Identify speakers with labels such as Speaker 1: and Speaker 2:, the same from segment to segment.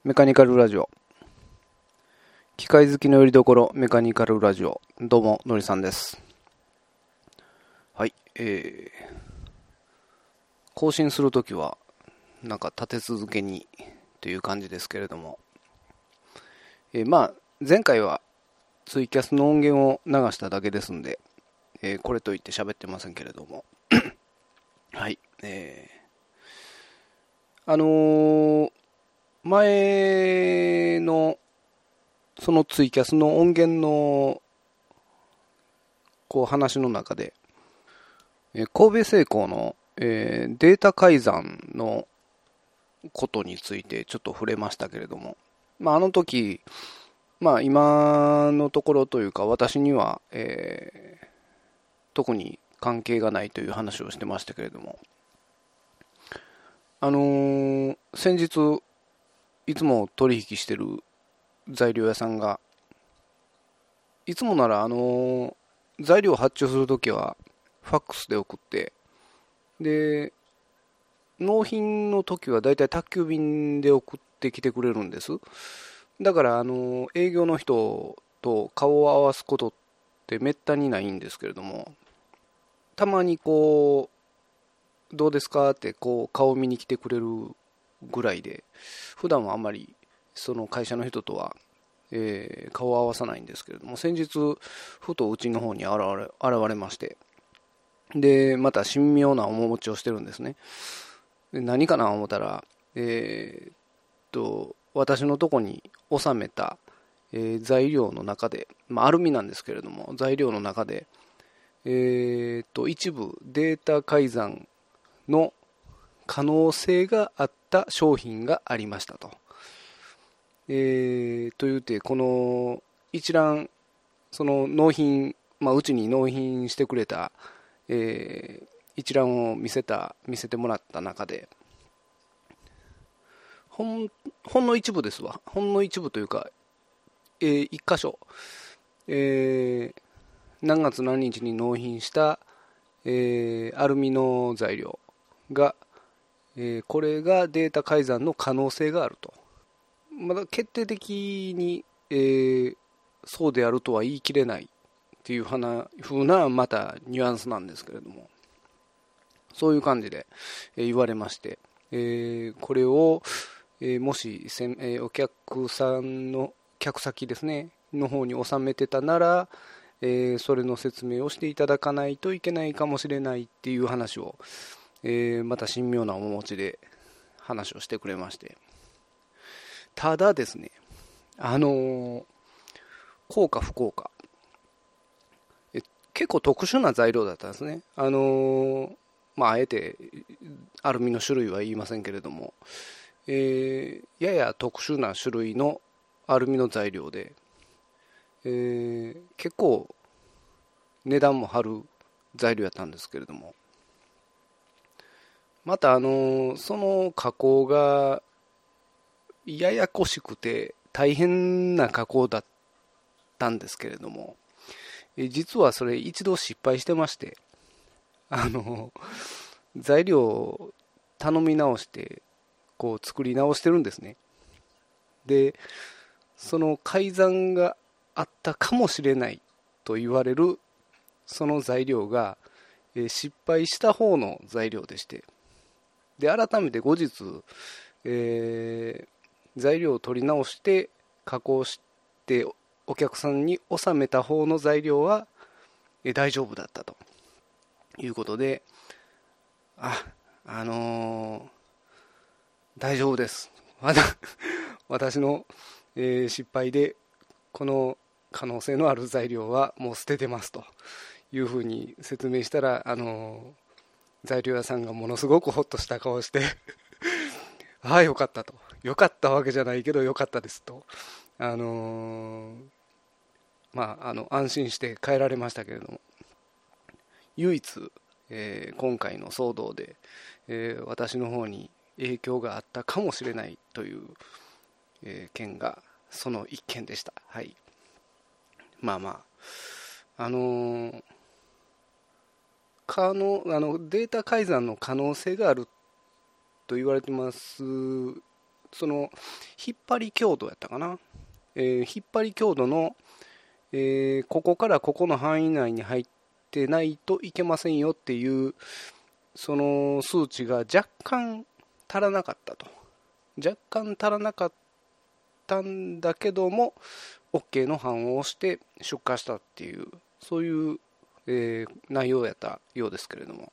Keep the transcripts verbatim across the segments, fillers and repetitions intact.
Speaker 1: メカニカルラジオ。機械好きのよりどころメカニカルラジオ。どうものりさんです。はい、えー、更新するときはなんか立て続けにという感じですけれども、えー、まあ前回はツイキャスの音源を流しただけですんで、えー、これといって喋ってませんけれどもはい、えー、あのー、前のそのツイキャスの音源のこう話の中で、えー、神戸製鋼の、えー、データ改ざんのことについてちょっと触れましたけれども、まあ、あの時、まあ、今のところというか私には、えー、特に関係がないという話をしてましたけれども、あのー、先日いつも取引してる材料屋さんが、いつもならあのー、材料を発注するときはファックスで送って、で納品の時はだいたい宅急便で送ってきてくれるんです。だからあの営業の人と顔を合わすことってめったにないんですけれども、たまにこうどうですかってこう顔見に来てくれるぐらいで、普段はあんまりその会社の人とは、えー、顔を合わさないんですけれども、先日ふとうちの方に現れ、現れまして、でまた神妙な面持ちをしてるんですね。で何かな思ったら、えー、っと私のとこに収めた、えー、材料の中で、まあ、アルミなんですけれども、材料の中で、えー、っと一部データ改ざんの可能性があった商品がありましたと。えー、というて、この一覧、その納品、まあ、うちに納品してくれた、えー、一覧を見せた見せてもらった中で、ほんほんの一部ですわ。ほんの一部というか、えー、一箇所、えー、何月何日に納品した、えー、アルミの材料が、えー、これがデータ改ざんの可能性があると。まだ決定的に、えー、そうであるとは言い切れないっていうふうなまたニュアンスなんですけれども、そういう感じで、えー、言われまして、えー、これを、えー、もしせん、えー、お客さんの客先ですねの方に収めてたなら、えー、それの説明をしていただかないといけないかもしれないっていう話を、えー、また神妙な面持ちで話をしてくれまして、ただですね、あのー、効か不効か、え結構特殊な材料だったんですね。あのー、まああえてアルミの種類は言いませんけれども、えー、やや特殊な種類のアルミの材料で、えー、結構値段も張る材料やったんですけれども、またあのその加工がややこしくて大変な加工だったんですけれども、え実はそれ一度失敗してまして、あの材料を頼み直してこう作り直してるんですね。でその改ざんがあったかもしれないと言われるその材料が、えー失敗した方の材料でして、で改めて後日、えー材料を取り直して加工してお客さんに納めた方の材料は、えー大丈夫だったということで、あ、あのー大丈夫です。まだ私の、えー失敗でこの可能性のある材料はもう捨ててますというふうに説明したら、あの材料屋さんがものすごくホッとした顔してああよかったと、よかったわけじゃないけどよかったですと、あのーまああの安心して帰られましたけれども、唯一、えー今回の騒動で、えー私の方に影響があったかもしれないという、えー件がその一件でした。はい。まあまああのー可能あのデータ改ざんの可能性があると言われてますその引っ張り強度やったかな、えー、引っ張り強度の、えー、ここからここの範囲内に入ってないといけませんよっていうその数値が若干足らなかったと、若干足らなかったんだけども OK の判を押して出荷したっていう、そういう、えー、内容やったようですけれども、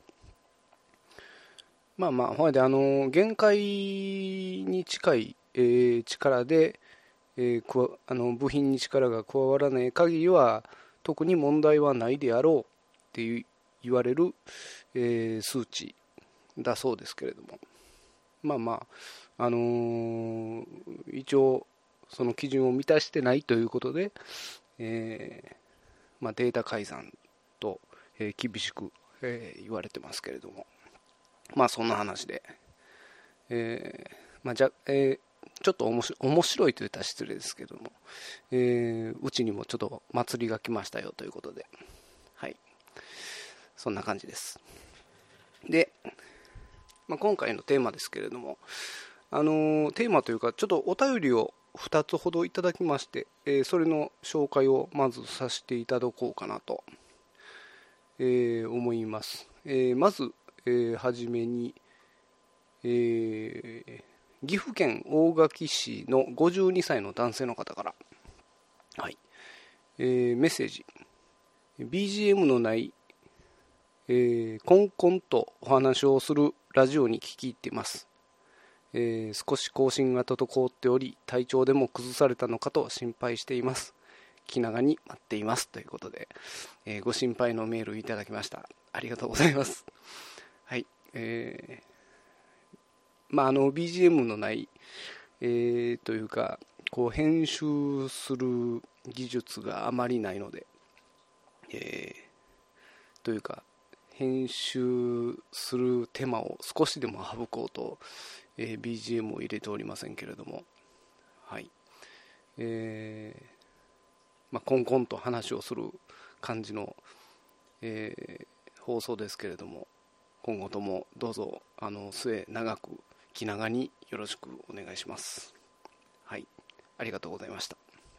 Speaker 1: まあまあほいであの限界に近い、えー、力で、えー、あの部品に力が加わらない限りは特に問題はないであろうっていう言われる、えー、数値だそうですけれども、まあまああのー、一応その基準を満たしてないということで、えーまあ、データ改ざんと、えー、厳しく、えー、言われてますけれども、まあそんな話で、えーまあじゃえー、ちょっと面白面白いと言ったら失礼ですけども、えー、うちにもちょっと祭りが来ましたよということで、はい、そんな感じです。で、まあ、今回のテーマですけれども、あのー、テーマというかちょっとお便りをふたつほどいただきまして、えー、それの紹介をまずさせていただこうかなと、えー、思います。えー、まず、えー、はじめに、えー、岐阜県大垣市のごじゅうにさいの男性の方から、はいえー、メッセージ ビージーエム のない、えー、コンコンとお話をするラジオに聞き入っています。えー、少し更新が滞っており体調でも崩されたのかと心配しています。気長に待っていますということで、えー、ご心配のメールいただきました。ありがとうございます。はい、えー、まああの ビージーエム のない、えー、というかこう編集する技術があまりないので、えー、というか編集する手間を少しでも省こうと、えー、ビージーエム を入れておりませんけれども、はいえーまあ、コンコンと話をする感じの、えー、放送ですけれども、今後ともどうぞあの末長く気長によろしくお願いします。はい、ありがとうございました。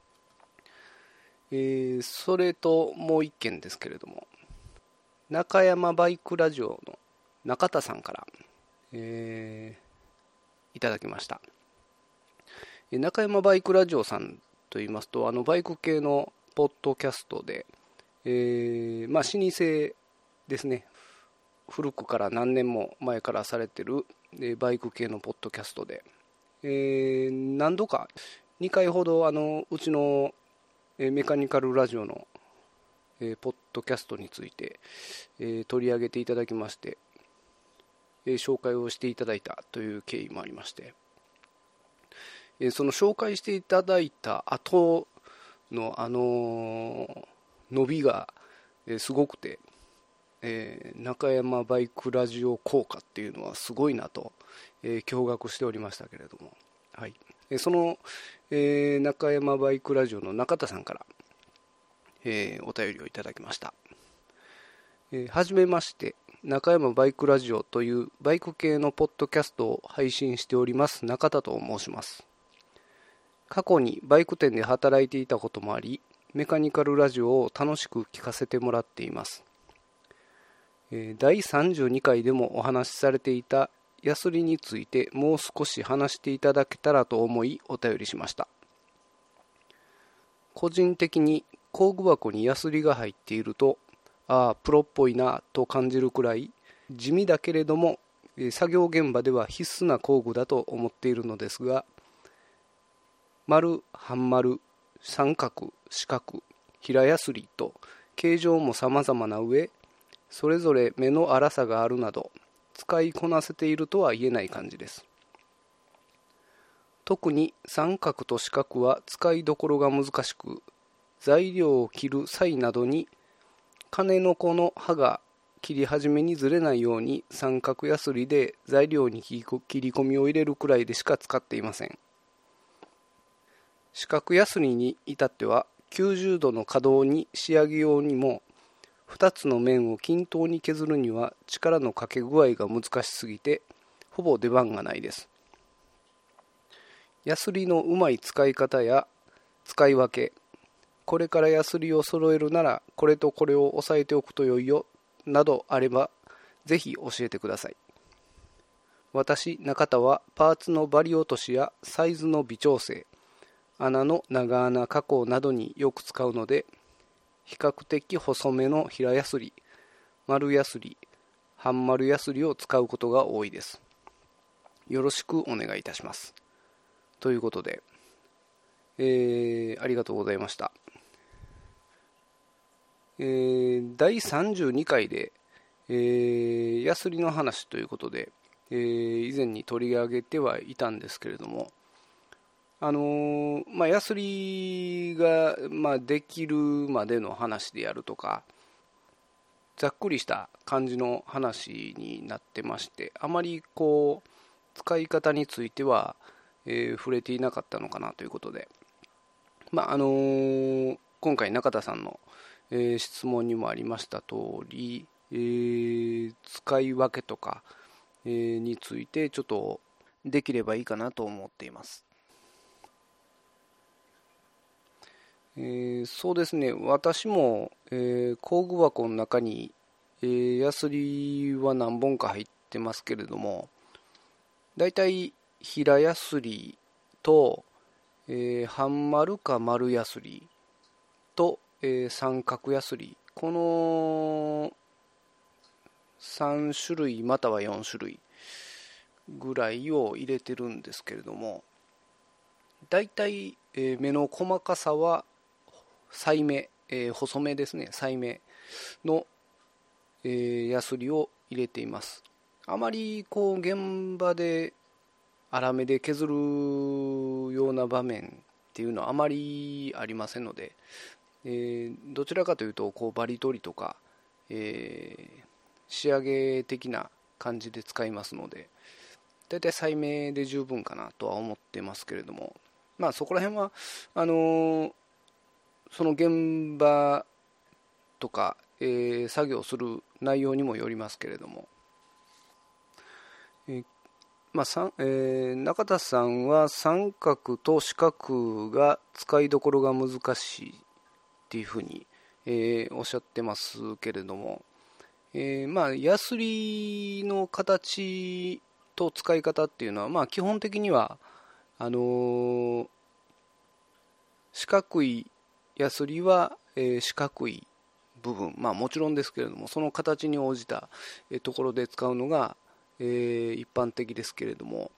Speaker 1: えー、それともう一件ですけれども、中山バイクラジオの中田さんから、えー、いただきました。中山バイクラジオさんといいますと、あのバイク系のポッドキャストで、えー、まあ老舗ですね、古くから何年も前からされてるバイク系のポッドキャストで、えー、何度かにかいほどあのうちのメカニカルラジオのポッドキャストについて取り上げていただきまして、紹介をしていただいたという経緯もありまして、その紹介していただいた後のあの伸びがすごくて、えー、中山バイクラジオ効果っていうのはすごいなと、えー、驚愕しておりましたけれども、はい、その、えー、中山バイクラジオの中田さんから、えー、お便りをいただきました。えー、はじめまして、中山バイクラジオというバイク系のポッドキャストを配信しております中田と申します。過去にバイク店で働いていたこともあり、メカニカルラジオを楽しく聞かせてもらっています。だいさんじゅうにかいでもお話しされていたヤスリについてもう少し話していただけたらと思いお便りしました。個人的に工具箱にヤスリが入っていると、ああプロっぽいなと感じるくらい地味だけれども作業現場では必須な工具だと思っているのですが、丸、半丸、三角、四角、平ヤスリと形状も様々な上、それぞれ目の粗さがあるなど使いこなせているとは言えない感じです。特に三角と四角は使いどころが難しく、材料を切る際などに金の子の刃が切り始めにずれないように三角ヤスリで材料に切り込みを入れるくらいでしか使っていません。四角ヤスリに至ってはきゅうじゅうどの可動に仕上げようにもふたつの面を均等に削るには力のかけ具合が難しすぎてほぼ出番がないです。 ヤスリのうまい使い方や使い分け、これからヤスリを揃えるならこれとこれを押さえておくとよいよなどあればぜひ教えてください。私中田はパーツのバリ落としやサイズの微調整、穴の長穴加工などによく使うので、比較的細めの平ヤスリ、丸ヤスリ、半丸ヤスリを使うことが多いです。よろしくお願いいたします。ということで、えー、ありがとうございました。えー、だいさんじゅうにかいで、えー、ヤスリの話ということで、えー、以前に取り上げてはいたんですけれども、あのーまあ、ヤスリが、まあ、できるまでの話であるとか、ざっくりした感じの話になってまして、あまりこう使い方については、えー、触れていなかったのかなということで、まああのー、今回中田さんの、えー、質問にもありました通り、えー、使い分けとか、えー、についてちょっとできればいいかなと思っています。えー、そうですね、私も、えー、工具箱の中に、えー、ヤスリは何本か入ってますけれども、だいたい平ヤスリと、えー、半丸か丸ヤスリと、えー、三角ヤスリ、このさんしゅるいまたはよんしゅるいぐらいを入れてるんですけれども、だいたい、えー、目の細かさは細め、えー、細めですね、細めの、えー、ヤスリを入れています。あまりこう現場で粗めで削るような場面っていうのはあまりありませんので、えー、どちらかというとこうバリ取りとか、えー、仕上げ的な感じで使いますので、だいたい細めで十分かなとは思ってますけれども、まあそこら辺はあのーその現場とか、えー、作業する内容にもよりますけれども、えーまあさえー、中田さんは三角と四角が使いどころが難しいっていうふうに、えー、おっしゃってますけれども、えー、まあヤスリの形と使い方っていうのは、まあ基本的にはあのー、四角いヤスリは、えー、四角い部分、まあもちろんですけれども、その形に応じた、えー、ところで使うのが、えー、一般的ですけれども、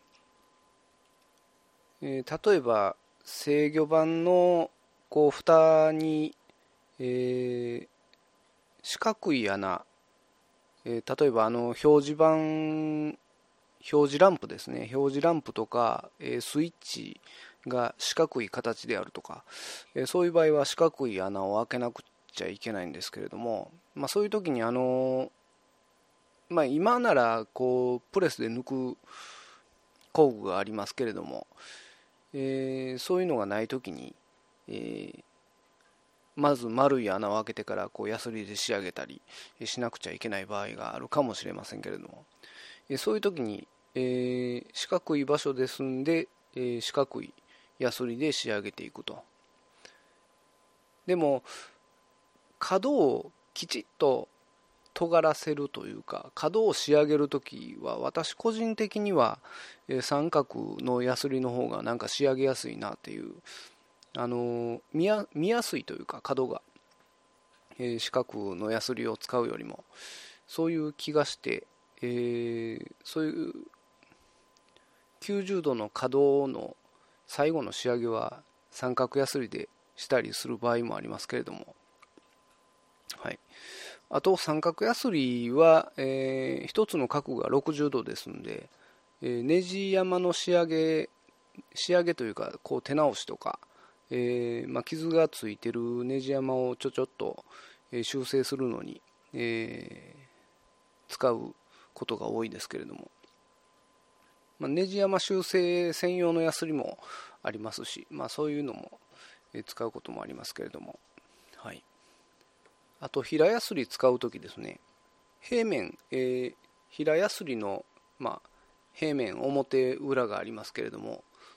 Speaker 1: えー、例えば制御盤のこう蓋に、えー、四角い穴、えー、例えばあの表示板表示ランプですね、表示ランプとか、えー、スイッチが四角い形であるとか、えー、そういう場合は四角い穴を開けなくちゃいけないんですけれども、まあ、そういう時にあの、まあ、今ならこうプレスで抜く工具がありますけれども、えー、そういうのがない時に、えー、まず丸い穴を開けてからこうヤスリで仕上げたりしなくちゃいけない場合があるかもしれませんけれども、えー、そういう時に、えー、四角い場所ですんで、えー、四角いヤスリで仕上げていくと。でも角をきちっと尖らせるというか、角を仕上げるときは私個人的には三角のヤスリの方がなんか仕上げやすいなっていう、あの見や、見やすいというか角が、えー、四角のヤスリを使うよりもそういう気がして、えー、そういうきゅうじゅうどの角の最後の仕上げは三角ヤスリでしたりする場合もありますけれども、はい、あと三角ヤスリは、えー、一つの角がろくじゅうどですので、えー、ネジ山の仕上げ仕上げというかこう手直しとか、えーまあ、傷がついてるネジ山をちょちょっと、えー、修正するのに、えー、使うことが多いですけれども、まあ、ネジ山修正専用のヤスリもありますし、まあ、そういうのも、えー、使うこともありますけれども、はい、あと平ヤスリ使うときですね、平面、えー、平ヤスリの、まあ、平面表裏がありますけれども、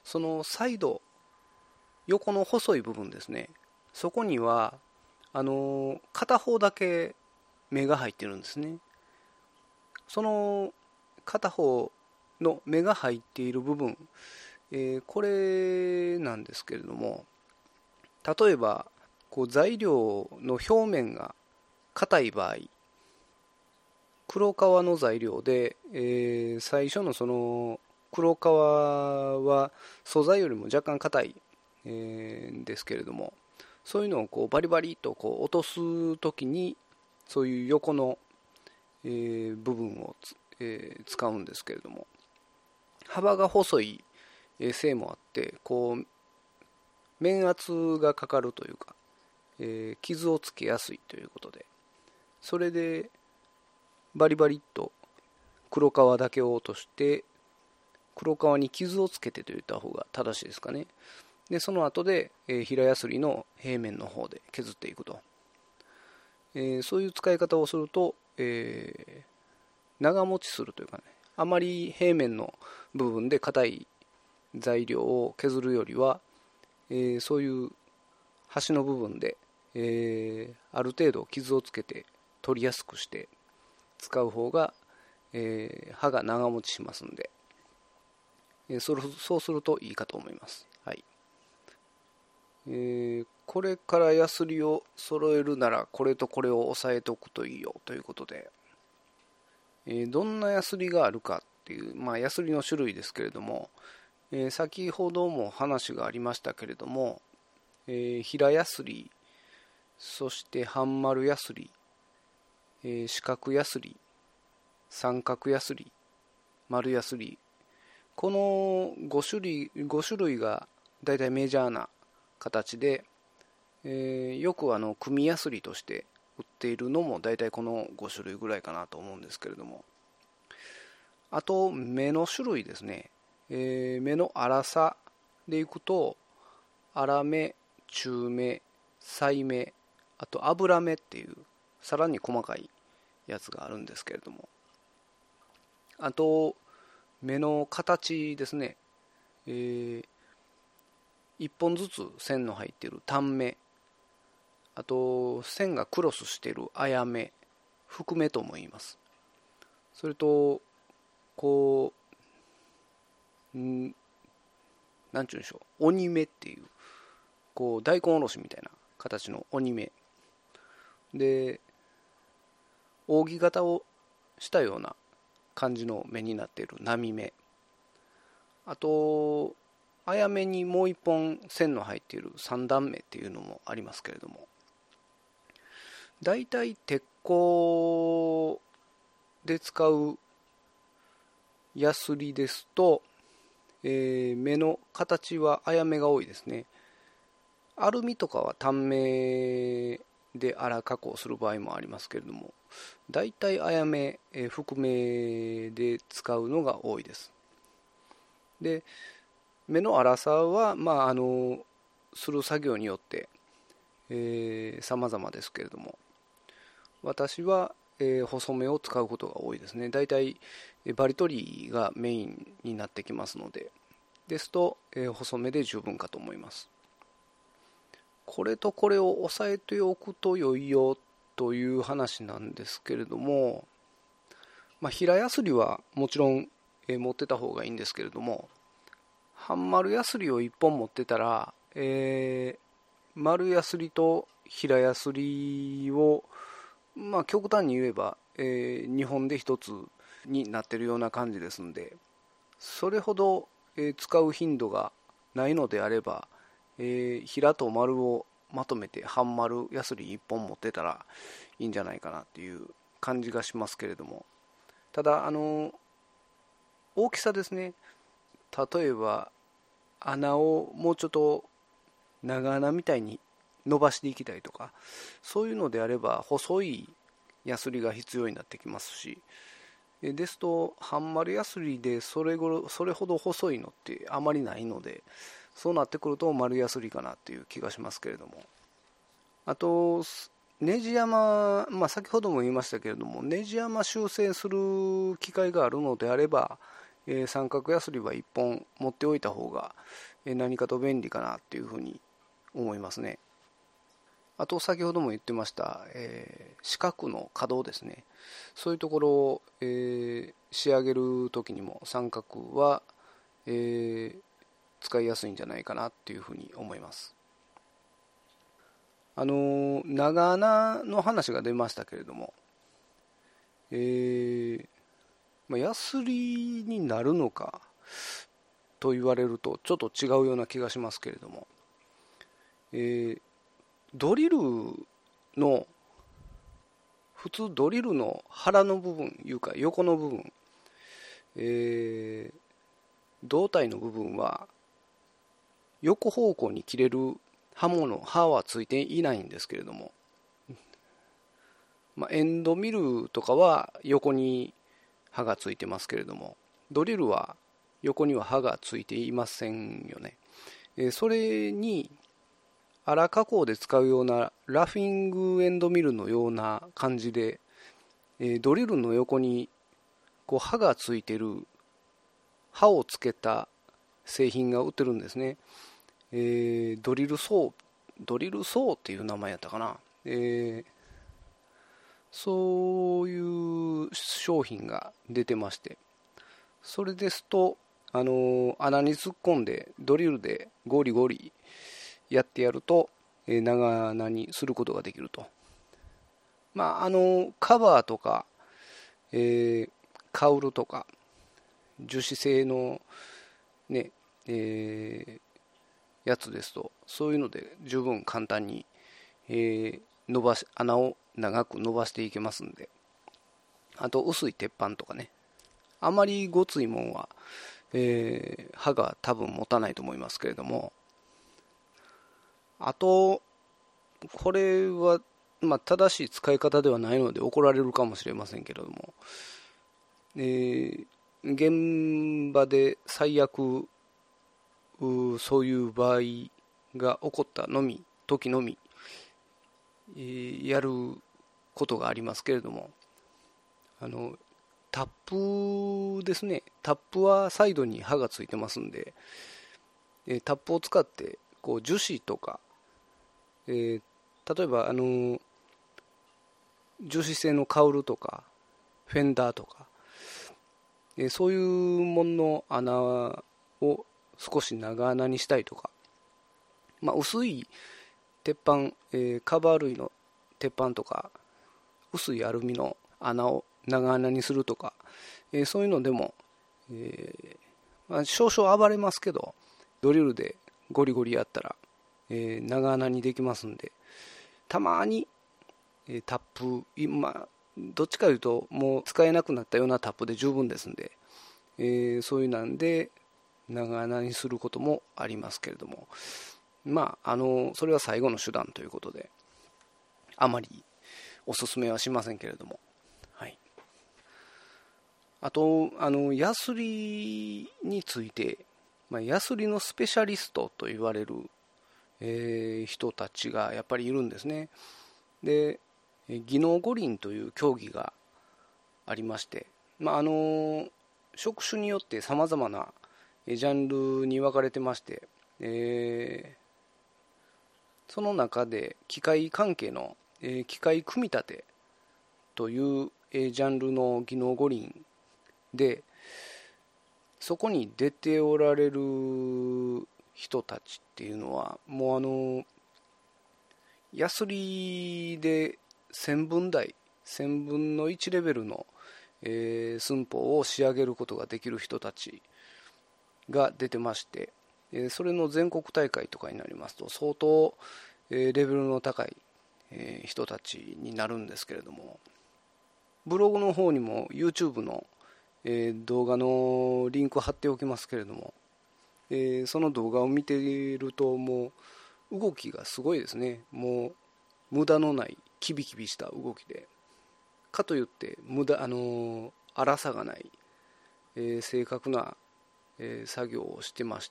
Speaker 1: そのサイド、横の細い部分ですね、そこにはあの片方だけ目が入ってるんですね。その片方の目が入っている部分、えーこれなんですけれども、例えばこう材料の表面が硬い場合、黒革の材料で、えー最初のその黒革は素材よりも若干硬い、えーんですけれども、そういうのをこうバリバリとこう落とすときにそういう横の、えー部分をつ、えー使うんですけれども、幅が細いえーせいもあって、こう面圧がかかるというか、えー傷をつけやすいということで、それでバリバリっと黒皮だけを落として、黒皮に傷をつけてと言った方が正しいですかね。でその後で、えー平やすりの平面の方で削っていくと、えーそういう使い方をすると、えー長持ちするというかね、あまり平面の部分で硬い材料を削るよりは、えーそういう端の部分で、えーある程度傷をつけて取りやすくして使う方が、えー刃が長持ちしますんで、えーそれそうするといいかと思います。はい。えーこれからヤスリを揃えるならこれとこれを押さえておくといいよということで、えーどんなヤスリがあるかっていう、まあ、ヤスリの種類ですけれども、えー先ほども話がありましたけれども、えー平ヤスリ、そして半丸ヤスリ、えー四角ヤスリ、三角ヤスリ、丸ヤスリ、このご種類、ご種類がだいたいメジャーな形で、えーよくあの組ヤスリとして売っているのもだいたいこのご種類ぐらいかなと思うんですけれども、あと目の種類ですね、えー目の粗さでいくと粗目、中目、細目、あと油目っていうさらに細かいやつがあるんですけれども、あと目の形ですね、えー、いっぽんずつ線の入っている単目、あと線がクロスしている綾目、複目とも言います。それとこうんなんていうんでしょう、鬼目っていうこう大根おろしみたいな形の鬼目で、扇形をしたような感じの目になっている波目、あと綾目にもう一本線の入っている三段目っていうのもありますけれども、だいたい鉄鋼で使うヤスリですと、えー目の形は綾目が多いですね。アルミとかは単目で粗加工する場合もありますけれども、だいたい綾目、えー複目で使うのが多いです。で目の粗さは、まあ、あのする作業によってえー、様々ですけれども、私は、えー細めを使うことが多いですね。だいたいバリ取りがメインになってきますので、ですと、えー細めで十分かと思います。これとこれを押さえておくと良いよという話なんですけれども、まあ、平ヤスリはもちろん、えー持ってた方がいいんですけれども、半丸ヤスリをいっぽん持ってたら、えー丸ヤスリと平ヤスリを、まあ、極端に言えば、えーにほんでひとつになっているような感じですので、それほど、えー使う頻度がないのであれば、えー平と丸をまとめて半丸ヤスリいっぽん持ってたらいいんじゃないかなっていう感じがしますけれども、ただあの大きさですね、例えば穴をもうちょっと長穴みたいに伸ばしていきたいとか、そういうのであれば細いヤスリが必要になってきますし、ですと半丸ヤスリでそれごろそれほど細いのってあまりないので、そうなってくると丸ヤスリかなっていう気がしますけれども、あとネジ山、まあ、先ほども言いましたけれども、ネジ山修正する機会があるのであれば、 えー、三角ヤスリはいっぽん持っておいた方が、えー、何かと便利かなっていうふうに思いますね。あと先ほども言ってました、えー、四角の可動ですね。そういうところを、えー、仕上げる時にも三角は、えー、使いやすいんじゃないかなっていうふうに思います。あの長穴の話が出ましたけれども、えーまあ、ヤスリになるのかと言われるとちょっと違うような気がしますけれども、えー、ドリルの普通ドリルの腹の部分いうか横の部分、えー、胴体の部分は横方向に切れる刃物刃はついていないんですけれども、まあ、エンドミルとかは横に刃がついてますけれども、ドリルは横には刃がついていませんよね。えー、それに粗加工で使うようなラフィングエンドミルのような感じで、えー、ドリルの横にこう刃がついてる刃をつけた製品が売ってるんですね。えー、ドリルソードリルソーっていう名前やったかな、えー、そういう商品が出てまして、それですとあの穴に突っ込んでドリルでゴリゴリやってやると、えー、長穴にすることができると。まああのカバーとか、えー、カウルとか樹脂製のね、えー、やつですとそういうので十分簡単に、えー、伸ばし穴を長く伸ばしていけますんで、あと薄い鉄板とかね、あまりごついもんは、えー、刃が多分持たないと思いますけれども、あとこれは、まあ、正しい使い方ではないので怒られるかもしれませんけれども、えー、現場で最悪そういう場合が起こったのみ時のみ、えー、やることがありますけれども、あのタップですね。タップはサイドに刃がついてますんで、えー、タップを使ってこう樹脂とか、えー、例えばあの樹脂製のカウルとかフェンダーとか、えー、そういうものの穴を少し長穴にしたいとか、まあ、薄い鉄板、えー、カバー類の鉄板とか薄いアルミの穴を長穴にするとか、えー、そういうのでも、えーまあ、少々暴れますけどドリルでゴリゴリやったら、えー、長穴にできますんで、たまに、えー、タップ今どっちかというともう使えなくなったようなタップで十分ですんで、えー、そういうなんで長穴にすることもありますけれども、まああのそれは最後の手段ということであまりおすすめはしませんけれども、はい、あとあのヤスリについて、まあ、ヤスリのスペシャリストと言われる、えー、人たちがやっぱりいるんですね。で技能五輪という競技がありまして、まあ、あの職種によってさまざまなジャンルに分かれてまして、えー、その中で機械関係の、えー、機械組み立てという、えー、ジャンルの技能五輪で、そこに出ておられる人たちっていうのはもうあのヤスリでせんぶん台せんぶんのいちレベルの、えー、寸法を仕上げることができる人たちが出てまして、えー、それの全国大会とかになりますと相当、えー、レベルの高い、えー、人たちになるんですけれども、ブログの方にも YouTube の、えー、動画のリンク貼っておきますけれども、えー、その動画を見ているともう動きがすごいですね。もう無駄のないキビキビした動きで、かといって無駄あのー、粗さがない、えー、正確な、えー、作業をしてまして、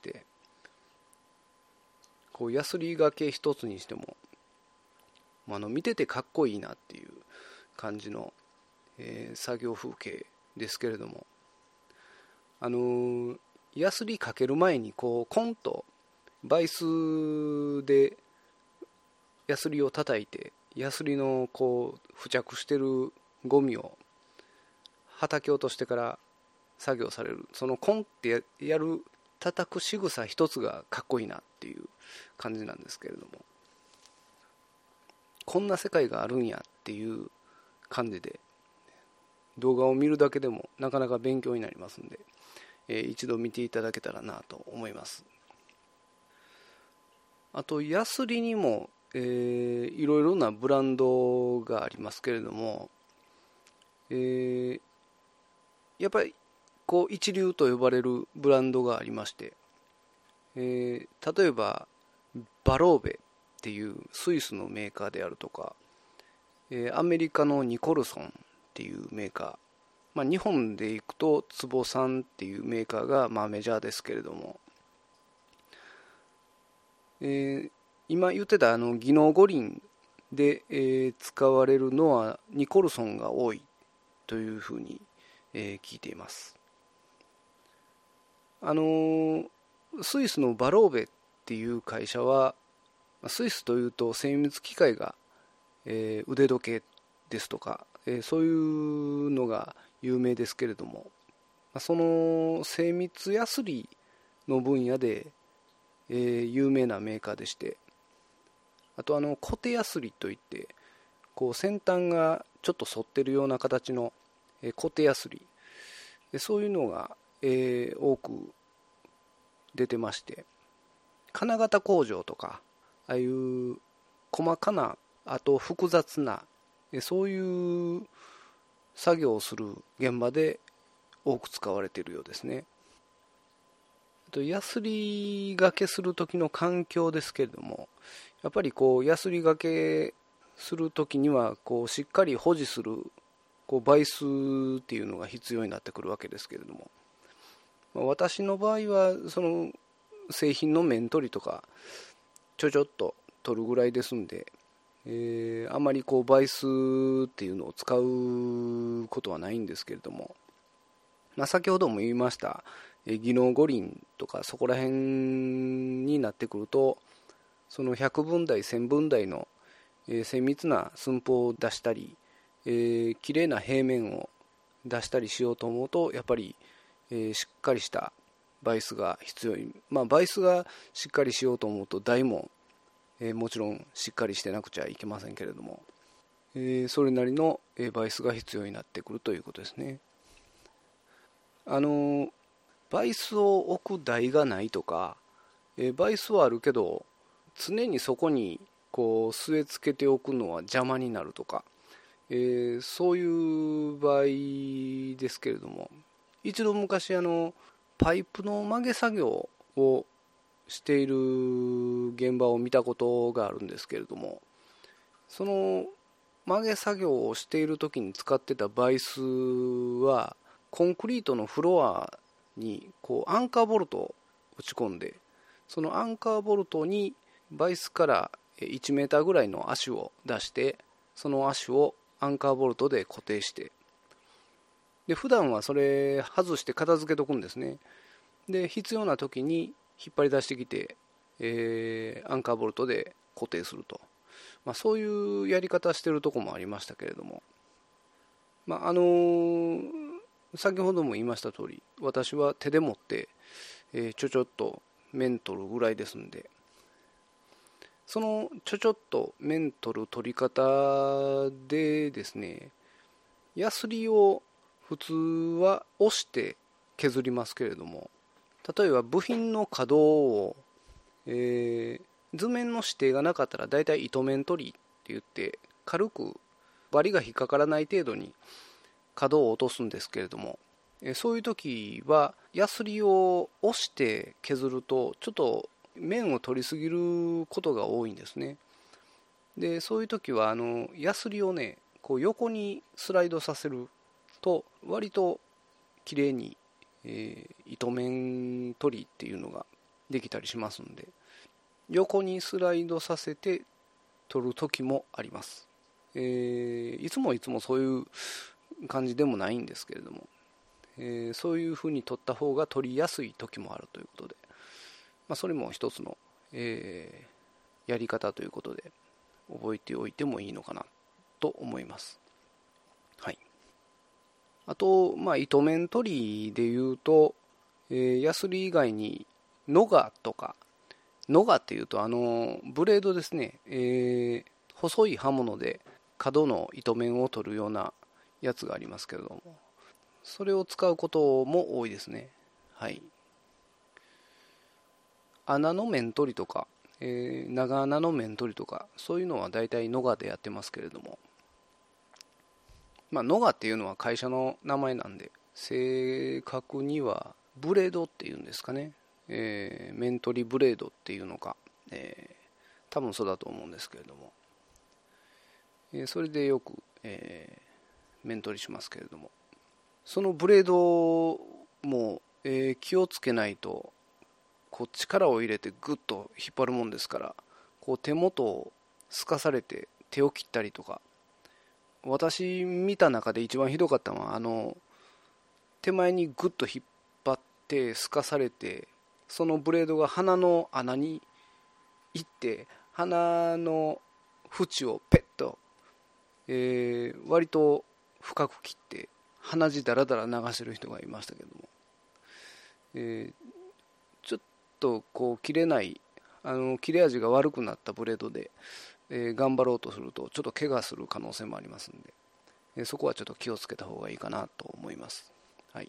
Speaker 1: こうヤスリがけ一つにしてもあの見ててかっこいいなっていう感じの、えー、作業風景ですけれども、 あのヤスリかける前にこうコンとバイスでヤスリを叩いて、ヤスリのこう付着してるゴミをはたき落としてから作業される、そのコンってやる叩く仕草一つがかっこいいなっていう感じなんですけれども、こんな世界があるんやっていう感じで動画を見るだけでもなかなか勉強になりますんで、えー、一度見ていただけたらなと思います。あとヤスリにも、えー、いろいろなブランドがありますけれども、えー、やっぱりこう一流と呼ばれるブランドがありまして、えー、例えばバローベっていうスイスのメーカーであるとか、えー、アメリカのニコルソンっていうメーカー、まあ、日本でいくと坪さんっていうメーカーがまあメジャーですけれども、えー、今言ってたあの技能五輪で、えー、使われるのはニコルソンが多いというふうに、えー、聞いています。あのー、スイスのバローベっていう会社は、スイスというと精密機械が、えー、腕時計ですとか、えー、そういうのが有名ですけれども、その精密ヤスリの分野で、えー、有名なメーカーでして、あとあのコテヤスリといって、こう先端がちょっと反ってるような形の、えー、コテヤスリ、そういうのが、えー、多く出てまして、金型工場とかああいう細かな、あと複雑な、そういう作業をする現場で多く使われているようですね。あとヤスリがけする時の環境ですけれども、やっぱりこうヤスリがけする時にはこうしっかり保持するこうバイスっていうのが必要になってくるわけですけれども、まあ、私の場合はその製品の面取りとかちょちょっと取るぐらいですんで、えー、あまりこうバイスっていうのを使うことはないんですけれども、まあ、先ほども言いました、えー、技能五輪とかそこら辺になってくると、そのひゃくぶん台せんぶん台の、えー、精密な寸法を出したり、えー、綺麗な平面を出したりしようと思うと、やっぱり、えー、しっかりしたバイスが必要に、まあ、バイスがしっかりしようと思うと台も、えー、もちろんしっかりしてなくちゃいけませんけれども、えー、それなりの、えー、バイスが必要になってくるということですね。あのー、バイスを置く台がないとか、えー、バイスはあるけど常にそこにこう据え付けておくのは邪魔になるとか、えー、そういう場合ですけれども、一度昔あのパイプの曲げ作業をしている現場を見たことがあるんですけれども、その曲げ作業をしている時に使ってたバイスはコンクリートのフロアにこうアンカーボルトを打ち込んで、そのアンカーボルトにバイスからいちメーターぐらいの足を出して、その足をアンカーボルトで固定して、で普段はそれ外して片付けとくんですね。で必要な時に引っ張り出してきて、えー、アンカーボルトで固定すると、まあ、そういうやり方してるとこもありましたけれども、まああのー、先ほども言いました通り、私は手で持って、えー、ちょちょっと面取るぐらいですんで、そのちょちょっと面取る取り方でですね、ヤスリを普通は押して削りますけれども、例えば部品の可動を、えー、図面の指定がなかったらだいたい糸面取りって言って軽く針が引っかからない程度に可動を落とすんですけれども、えー、そういう時はヤスリを押して削るとちょっと面を取りすぎることが多いんですね。でそういう時はあのヤスリをねこう横にスライドさせると割と綺麗に、えー、糸面取りっていうのができたりしますんで、横にスライドさせて取る時もあります。えー、いつもいつもそういう感じでもないんですけれども、 えー、そういうふうに取った方が取りやすい時もあるということで、まあ、それも一つの、えー、やり方ということで覚えておいてもいいのかなと思います。はい。あと、まあ、糸面取りでいうと、えー、ヤスリ以外にノガとか、ノガっていうとあのブレードですね、えー、細い刃物で角の糸面を取るようなやつがありますけれども、それを使うことも多いですね。はい。穴の面取りとか、えー、長穴の面取りとか、そういうのは大体ノガでやってますけれども、まあ、ノガっていうのは会社の名前なんで、正確にはブレードっていうんですかね、えー、面取りブレードっていうのか、えー、多分そうだと思うんですけれども、えー、それでよく、えー、面取りしますけれども、そのブレードも、えー、気をつけないと、こう力を入れてグッと引っ張るもんですから、こう手元をすかされて手を切ったりとか、私見た中で一番ひどかったのは、あの手前にグッと引っ張ってすかされて、そのブレードが鼻の穴に行って鼻の縁をペッと、えー、割と深く切って鼻血だらだら流してる人がいましたけども、えー、ちょっとこう切れないあの切れ味が悪くなったブレードで、えー、頑張ろうとするとちょっと怪我する可能性もありますんで、えー、そこはちょっと気をつけた方がいいかなと思います。はい。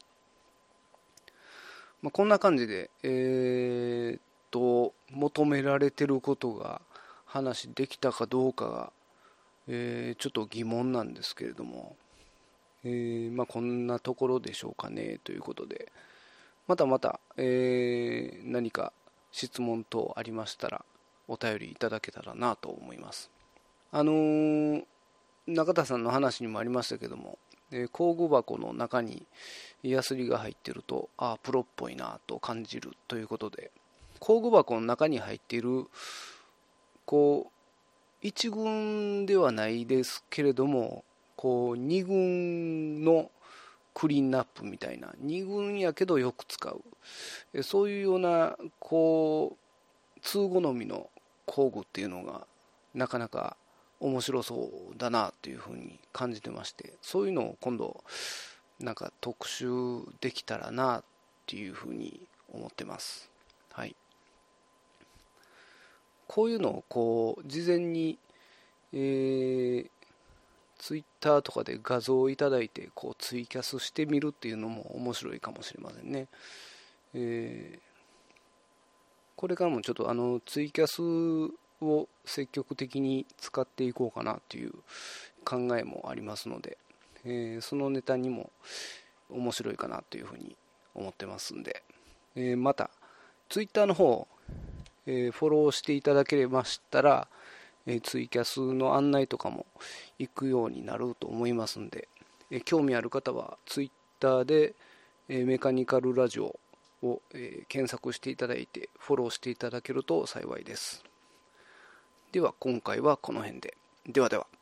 Speaker 1: まあ、こんな感じで、えー、っと求められてることが話できたかどうかが、えー、ちょっと疑問なんですけれども、えーまあ、こんなところでしょうかねということで、またまた、えー、何か質問等ありましたらお便りいただけたらなと思います。あのー、中田さんの話にもありましたけども、えー、工具箱の中にヤスリが入っていると、ああプロっぽいなと感じるということで、工具箱の中に入っているこう一軍ではないですけれども、こう二軍のクリーンナップみたいな、二軍やけどよく使う、そういうようなこう通好みの工具っていうのがなかなか面白そうだなというふうに感じてまして、そういうのを今度なんか特集できたらなっていうふうに思ってます。はい。こういうのをこう事前に、えー、ツイッターとかで画像をいただいてこうツイキャスしてみるっていうのも面白いかもしれませんね。えー、これからもちょっとあのツイキャスを積極的に使っていこうかなという考えもありますので、えー、そのネタにも面白いかなというふうに思ってますんで、えー、またツイッターの方、えー、フォローしていただけましたら、えー、ツイキャスの案内とかも行くようになると思いますんで、えー、興味ある方はツイッターで、えー、メカニカルラジオを、えー、検索していただいてフォローしていただけると幸いです。では今回はこの辺で。ではでは。